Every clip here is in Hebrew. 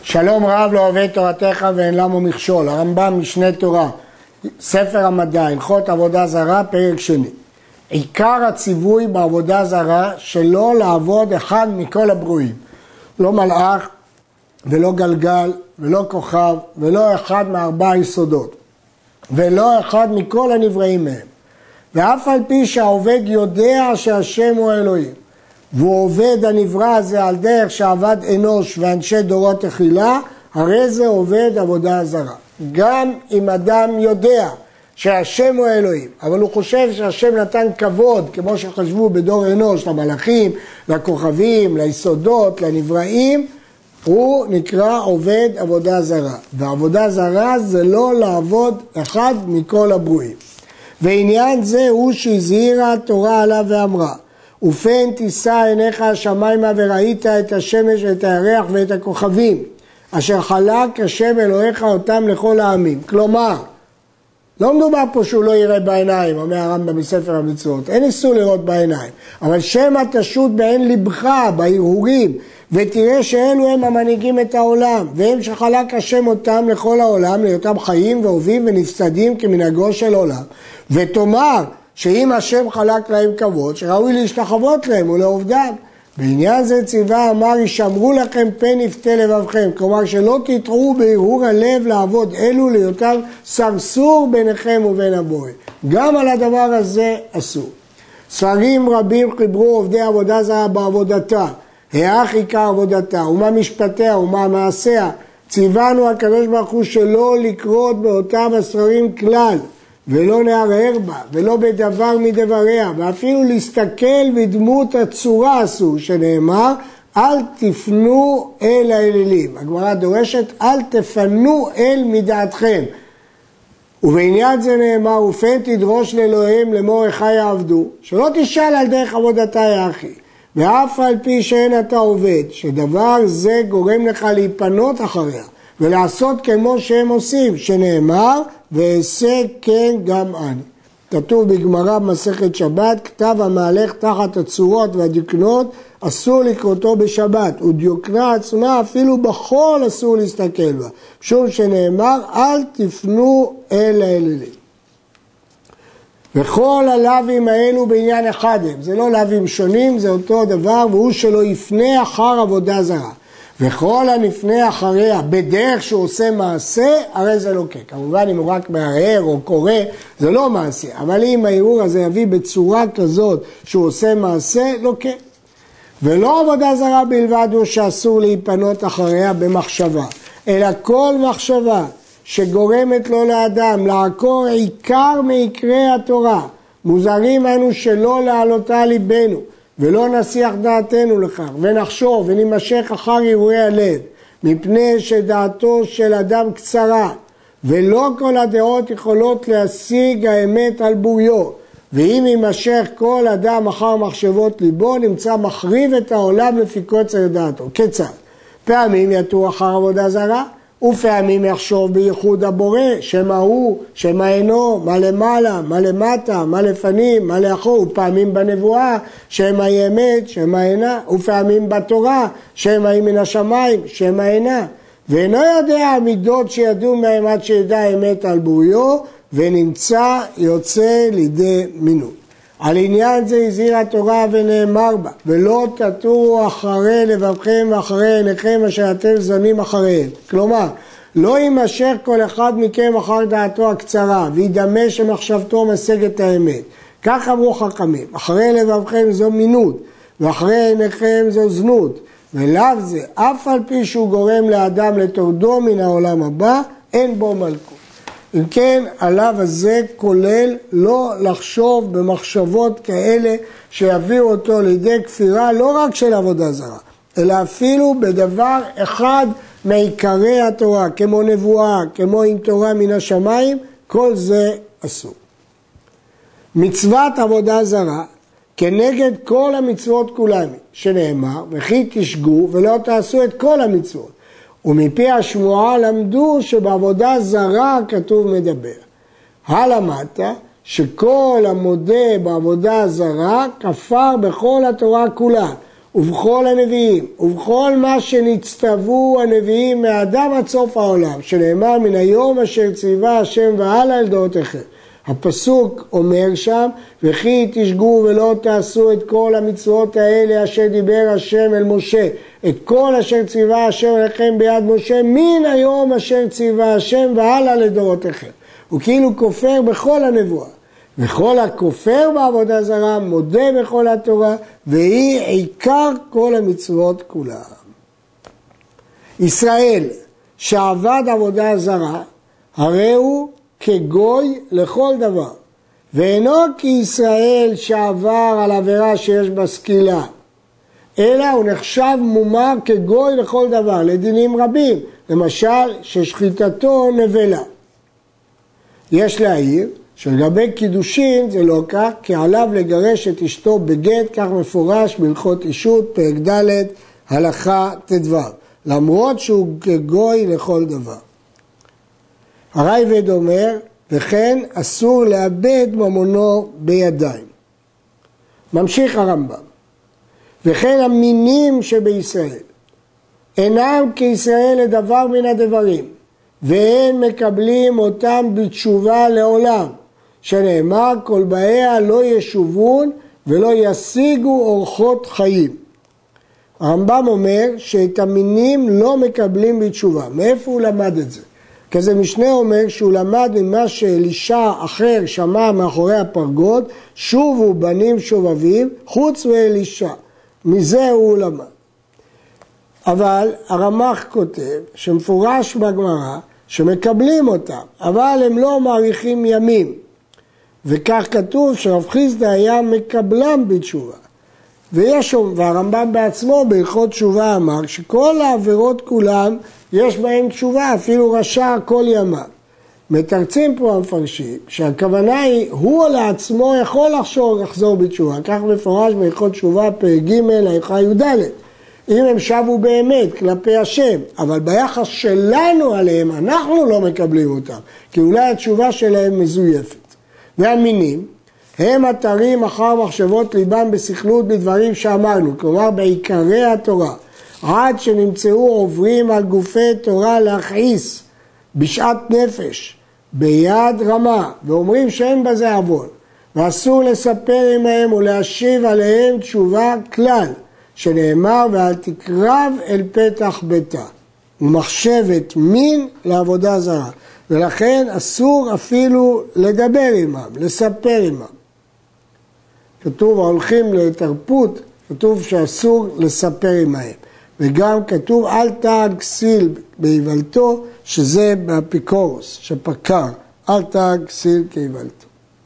שלום רב לא אוהב את תורתך ואין למו מכשול. הרמב"ם משנה תורה, ספר המדע, הלכות עבודה זרה, פרק שני. עיקר הציווי בעבודה זרה שלא לעבוד אחד מכל הברואים. לא מלאך ולא גלגל ולא כוכב ולא אחד מארבע יסודות. ולא אחד מכל הנבראים מהם. ואף על פי שהעובד יודע שהשם הוא אלוהים. והוא עובד הנברא הזה על דרך שעבד אנוש ואנשי דורות תחילה, הרי זה עובד עבודה זרה. גם אם אדם יודע שהשם הוא אלוהים, אבל הוא חושב שהשם נתן כבוד, כמו שחשבו בדור אנוש, למלאכים, לכוכבים, ליסודות, לנבראים, הוא נקרא עובד עבודה זרה. ועבודה זרה זה לא לעבוד אחד מכל הברואים. ועניין זה הוא שהזהירה התורה עליו ואמרה, ופן תישא עיניך השמיימה וראית את השמש ואת הירח ואת הכוכבים, אשר חלק השם אלוהיך אותם לכל העמים. כלומר, לא מדובר פה שהוא לא יראה בעיניים, אומר הרמב"ם בספר המצוות, אין איסור לראות בעיניים, אבל שמא תשוט בעין לבך, בהרהורים, ותראה שאלו הם המנהיגים את העולם, והם שחלק השם אותם לכל העולם, להיותם חיים והווים ונפסדים כמנהגו של עולם, ותאמר, שאם השם חלק להם כבוד, שראוי להשתחוות להם ולעובדם. בעניין זה ציווה אמר, ישמרו לכם פן יפתה לבבכם, כלומר שלא תטעו בהרהור הלב לעבוד אלו להיותם סרסור ביניכם ובין הבורא. גם על הדבר הזה אסור. ספרים רבים חיברו עובדי עבודה זרה בעבודתה, היאך עיקר עבודתה, ומה משפטיה ומה מעשיה. ציוונו הקדוש ברוך הוא שלא לקרות באותם הספרים כלל, ולא נערער בה, ולא בדבר מדבריה, ואפילו להסתכל בדמות הצורה אסור, שנאמר, אל תפנו אל האלילים. הגמרא דורשת, אל תפנו אל מדעתכם. ובעניין זה נאמר, ופן תדרוש לאלוהים לאמור אחי יעבדו, שלא תשאל על דרך עבודתה יא אחי, ואף על פי שאין אתה עובד, שדבר זה גורם לך להיפנות אחריה, ולעשות כמו שהם עושים, שנאמר, ועשה כן גם אני. כתוב בגמרא במסכת שבת, כתב המהלך תחת הצורות והדיוקנות, אסור לקרותו בשבת, ודיוקנה עצמה אפילו בחול אסור להסתכל בה, משום שנאמר, אל תפנו אל האלילים. וכל הלווים האלו בעניין אחד הם, זה לא לווים שונים, זה אותו דבר, והוא שלא יפנה אחר עבודה זרה. וכל הנפנה אחריה בדרך שהוא עושה מעשה, הרי זה לוקה. כמובן אם הוא רק מהרהר או קורא, זה לא מעשה. אבל אם ההרהור הזה יביא בצורה כזאת שהוא עושה מעשה, לוקה. ולא עבודה זרה בלבד הוא שאסור להיפנות אחריה במחשבה, אלא כל מחשבה שגורמת לו לאדם לעקור עיקר מעיקרי התורה, מוזרים אנו שלא להעלותה ליבנו, ולא נסיח דעתנו לכך, ונחשוב ונמשך אחר הרהורי הלב, מפני שדעתו של אדם קצרה, ולא כל הדעות יכולות להשיג האמת על בוריו, ואם יימשך כל אדם אחר מחשבות ליבו, נמצא מחריב את העולם לפי קוצר דעתו. כיצד? פעמים יטור אחר עבודה זרה, ופעמים יחשוב בייחוד הבורא, שמה הוא, שמה אינו, מה למעלה, מה למטה, מה לפנים, מה לאחור, ופעמים בנבואה, שמה היא אמת, שמה אינה, ופעמים בתורה, שמה היא מן השמיים, שמה אינה. ואינו יודע המידות שידעו מהם עד שידע האמת על בוריו, ונמצא יוצא לידי מינות. על עניין זה הזהירה התורה ונאמר בה, ולא תטורו אחרי לבבכם ואחרי עיניכם אשר אתם זונים אחריהם. כלומר, לא יימשך כל אחד מכם אחר דעתו הקצרה, וידמה שמחשבתו משגת האמת. כך אמרו חכמים, אחרי לבבכם זו מינות, ואחרי עיניכם זו זנות, ולאו זה, אף על פי שהוא גורם לאדם לתורדו מן העולם הבא, אין בו מלכות. אם כן, הלאו הזה כולל לא לחשוב במחשבות כאלה שיביאו אותו לידי כפירה לא רק של עבודה זרה, אלא אפילו בדבר אחד מעיקרי התורה, כמו נבואה, כמו עם תורה מן השמיים, כל זה אסור. מצוות עבודה זרה, כנגד כל המצוות כולן, שנאמר, וכי תשגו ולא תעשו את כל המצוות. ומפי השמועה למדו שבעבודה זרה כתוב מדבר. הלמדת שכל המודה בעבודה זרה כפר בכל התורה כולה, ובכל הנביאים, ובכל מה שנצטוו הנביאים מאדם עד סוף העולם, שנאמר מן היום אשר ציווה השם והלאה לדורותיכם. הפסוק אומר שם, וכי תשגו ולא תעשו את כל המצוות האלה אשר דיבר השם אל משה, את כל אשר ציווה השם עליכם ביד משה, מן היום אשר ציווה השם והלאה לדורותיכם. הוא כאילו כופר בכל הנבואה. וכל הכופר בעבודה זרה מודה בכל התורה, והיא עיקר כל המצוות כולם. ישראל שעבד עבודה זרה, הרי הוא כגוי לכל דבר, ואינו כישראל שעבר על עבירה שיש בה סקילה, אלא הוא נחשב מומר כגוי לכל דבר, לדינים רבים, למשל ששחיטתו נבלה. יש להעיר שלגבי קידושין זה לא כך, כי עליו לגרש את אשתו בגט, כך מפורש בהלכות אישות, פרק ד' הלכה ט"ו, למרות שהוא כגוי לכל דבר. הרייבד אומר, וכן אסור לאבד ממונו בידיים. ממשיך הרמב"ם, וכן המינים שבישראל אינם כישראל לדבר מן הדברים, ואין מקבלים אותם בתשובה לעולם, שנאמר כל באיה לא ישובון ולא ישיגו אורחות חיים. הרמב"ם אומר שאת המינים לא מקבלים בתשובה. מאיפה הוא למד את זה? כזה משנה אומר שהוא למד ממה שאלישע אחר שמע מאחורי הפרגוד, שובו בנים שובבים חוץ מאלישע. מזה הוא למד. אבל הרמ"ח כותב שמפורש בגמרא שמקבלים אותם, אבל הם לא מאריכים ימים. וכך כתוב שרב חיסדא היה מקבלם בתשובה. והרמב"ם בעצמו בהלכות תשובה אמר שכל העבירות כולם יש בהם תשובה, אפילו רשע כל ימיו. מתרצים פה המפרשים שהכוונה היא, הוא לעצמו יכול לחזור בתשובה, כך מפורש בהלכות תשובה פרק ג' הלכה י"ד. אם הם שבו באמת כלפי השם, אבל ביחס שלנו עליהם אנחנו לא מקבלים אותם, כי אולי התשובה שלהם מזויפת. והמינים הם אתרים אחר מחשבות ליבם בסכלות בדברים שאמרנו, כלומר בעיקרי התורה, עד שנמצאו עוברים על גופי תורה להכעיס בשעת נפש, ביד רמה, ואומרים שאין בזה עוון, ואסור לספר עמהם ולהשיב עליהם תשובה כלל, שנאמר ואל תקרב אל פתח ביתה, ומחשבת מין לעבודה זרה, ולכן אסור אפילו לדבר עמם, לספר עמם. כתוב ההולכים לתרפות, כתוב שאסור לספר עמהם. וגם כתוב אל תעג כסיל בהיוולתו, שזה באפיקורוס, שפקר, אל תעג כסיל כהיוולתו.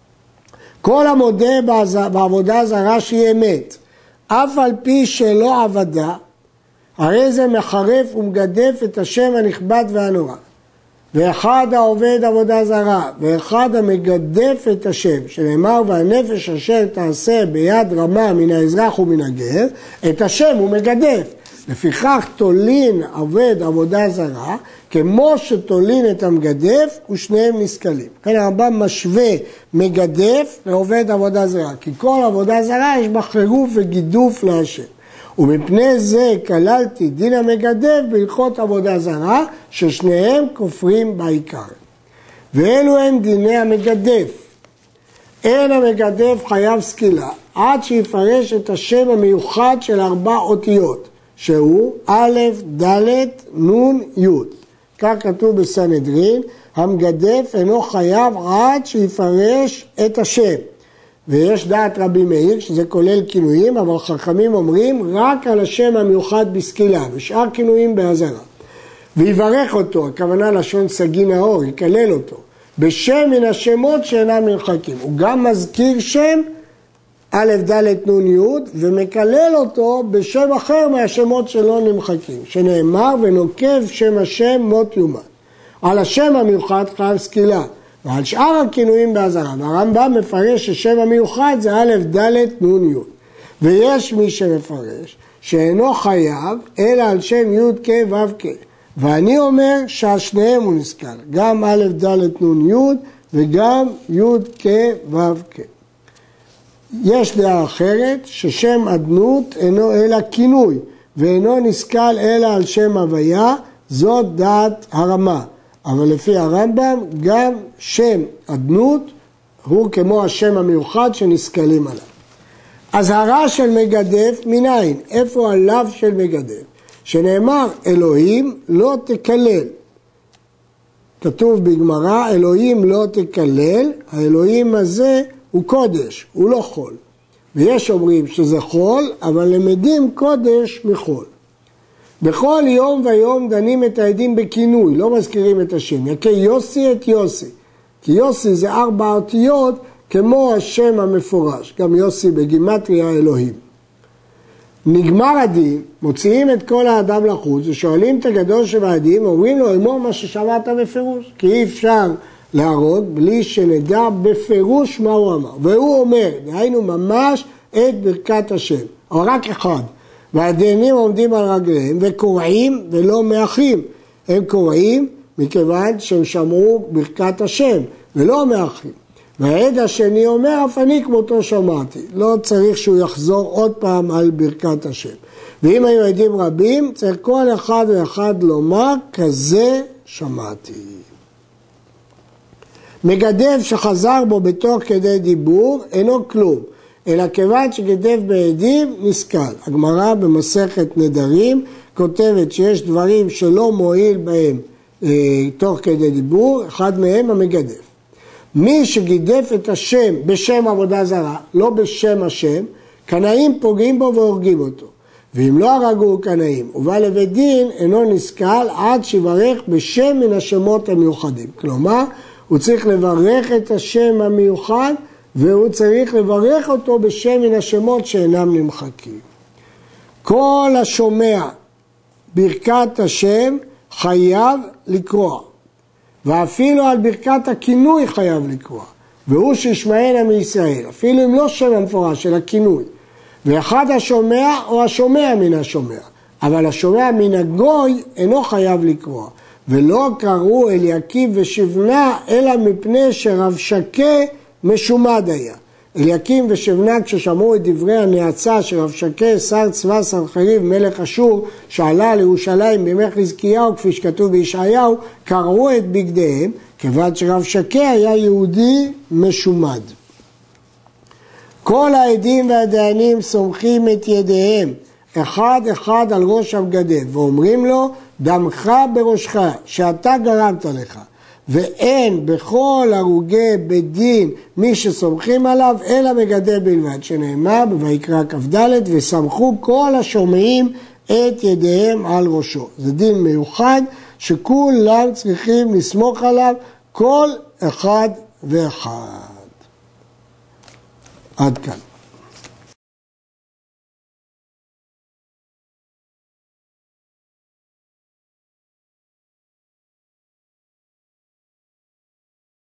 כל המודה בעבודה זרה שהיא אמת, אף על פי שלא עבדה, הרי זה מחרף ומגדף את השם הנכבד והנורא. ואחד העובד עבודה זרה, ואחד המגדף את השם, שנאמר והנפש אשר תעשה ביד רמה מן האזרח ומן הגר, את השם הוא מגדף. לפיכך תולין עובד עבודה זרה, כמו שתולין את המגדף, ושניהם נסכלים. כאן הרמב"ם משווה מגדף לעובד עבודה זרה, כי כל עבודה זרה יש בה חירוף וגידוף להשם. ומפני זה כללתי דין המגדף בהלכות עבודה זרה, ששניהם כופרים בעיקר. ואלו הם דיני המגדף. אין המגדף חייב סקילה, עד שיפרש את השם המיוחד של 4 אותיות, שהוא א', ד', נ', י'. כך כתוב בסנהדרין, המגדף אינו חייב עד שיפרש את השם. ויש דעת רבי מאיר, שזה כולל כינויים, אבל חכמים אומרים רק על השם המיוחד בסקילה, ושאר כינויים בהזרה. ויברך אותו, הכוונה לשון סגי נאור, יקלל אותו, בשם מן השמות שאינם נמחקים. הוא גם מזכיר שם, א', ד', נ', י', ומקלל אותו בשם אחר מהשמות שלא נמחקים, שנאמר ונוקב שם השם מות יומת. על השם המיוחד חייב סקילה. ועל שאר הכינויים בהזרה, והרמב"ם מפרש ששם המיוחד זה א', ד', נ', י'. ויש מי שמפרש שאינו חייב אלא על שם י' כ' ו' כ'. ואני אומר שעל שניהם הוא נזכר, גם א', ד', נ', י' וגם י' כ' ו' כ'. יש דעה אחרת ששם אדנות אינו אלא כינוי, ואינו נסכל אלא על שם הוויה, זאת דעת הרמה. אבל לפי הרמב"ם גם שם אדנות הוא כמו השם המיוחד שנסכלים עליו. אזהרה של מגדף מניין, איפה הלאו של מגדף? שנאמר אלוהים לא תקלל. כתוב בגמרא אלוהים לא תקלל, האלוהים הזה הוא קודש, הוא לא חול. ויש אומרים שזה חול, אבל למדים קודש מחול. בכל יום ויום דנים את העדים בכינוי, לא מזכירים את השם. יקי יוסי את יוסי, כי יוסי זה 4 אותיות כמו השם המפורש, גם יוסי בגימטריה אלוהים. נגמר הדין, מוציאים את כל האדם לחוץ ושואלים את הגדול שבעדים, אומרים לו אמור מה ששמעת בפירוש, כי אי אפשר להרוג בלי שנדע בפירוש מה הוא אמר. והוא אומר, דהיינו ממש את ברכת השם, אבל רק אחד. והדיינים עומדים על רגליהם וקוראים ולא מאחים. הם קוראים מכיוון שהם שמעו ברכת השם ולא מאחים. והעד השני אומר, אף אני כמותו שמעתי. לא צריך שהוא יחזור עוד פעם על ברכת השם. ואם היו עדים רבים, צריך כל אחד ואחד לומר, כזה שמעתי. מגדף שחזר בו בתוך כדי דיבור, אינו כלום. אלא כיוון שגדף בעדים, נסכל. הגמרא במסכת נדרים כותבת שיש דברים שלא מועיל בהם תוך כדי דיבור, אחד מהם המגדף. מי שגידף את השם בשם עבודה זרה, לא בשם השם, קנאים פוגעים בו והורגים אותו. ואם לא הרגו קנאים, ובא לבית דין, אינו נסכל עד שיברך בשם מן השמות המיוחדים. כלומר, הוא צריך לברך את השם המיוחד, והוא צריך לברך אותו בשם מן השמות שאינם נמחקים. כל השומע ברכת השם חייב לקרוא. ואפילו על ברכת הכינוי חייב לקרוא, והוא שישמענה מישראל, אפילו אם לא שם המפורש של הכינוי, ואחד השומע או השומע מן השומע, אבל השומע מן הגוי אינו חייב לקרוא, ולא קראו אליקים ושבנה אלא מפני שרב שקה משומד היה. אליקים ושבנה כששמעו את דברי הנאצה של רב שקה, שר צבא סנחריב מלך אשור שעלה לירושלים בימי חזקיהו כפי שכתוב בישעיהו, קרעו את בגדיהם כיוון שרב שקה היה יהודי משומד. כל העדים והדיינים סומכים את ידיהם אחד אחד על ראש המגדף ואומרים לו דמך בראשך שאתה גרמת לך, ואין בכל הרוגי בית דין מי שסומכים עליו אלא מגדף בלבד, שנאמר בויקרא כ"ד וסמכו כל השומעים את ידיהם על ראשו. זה דין מיוחד שכולם צריכים לסמוך עליו כל אחד ואחד. עד כאן.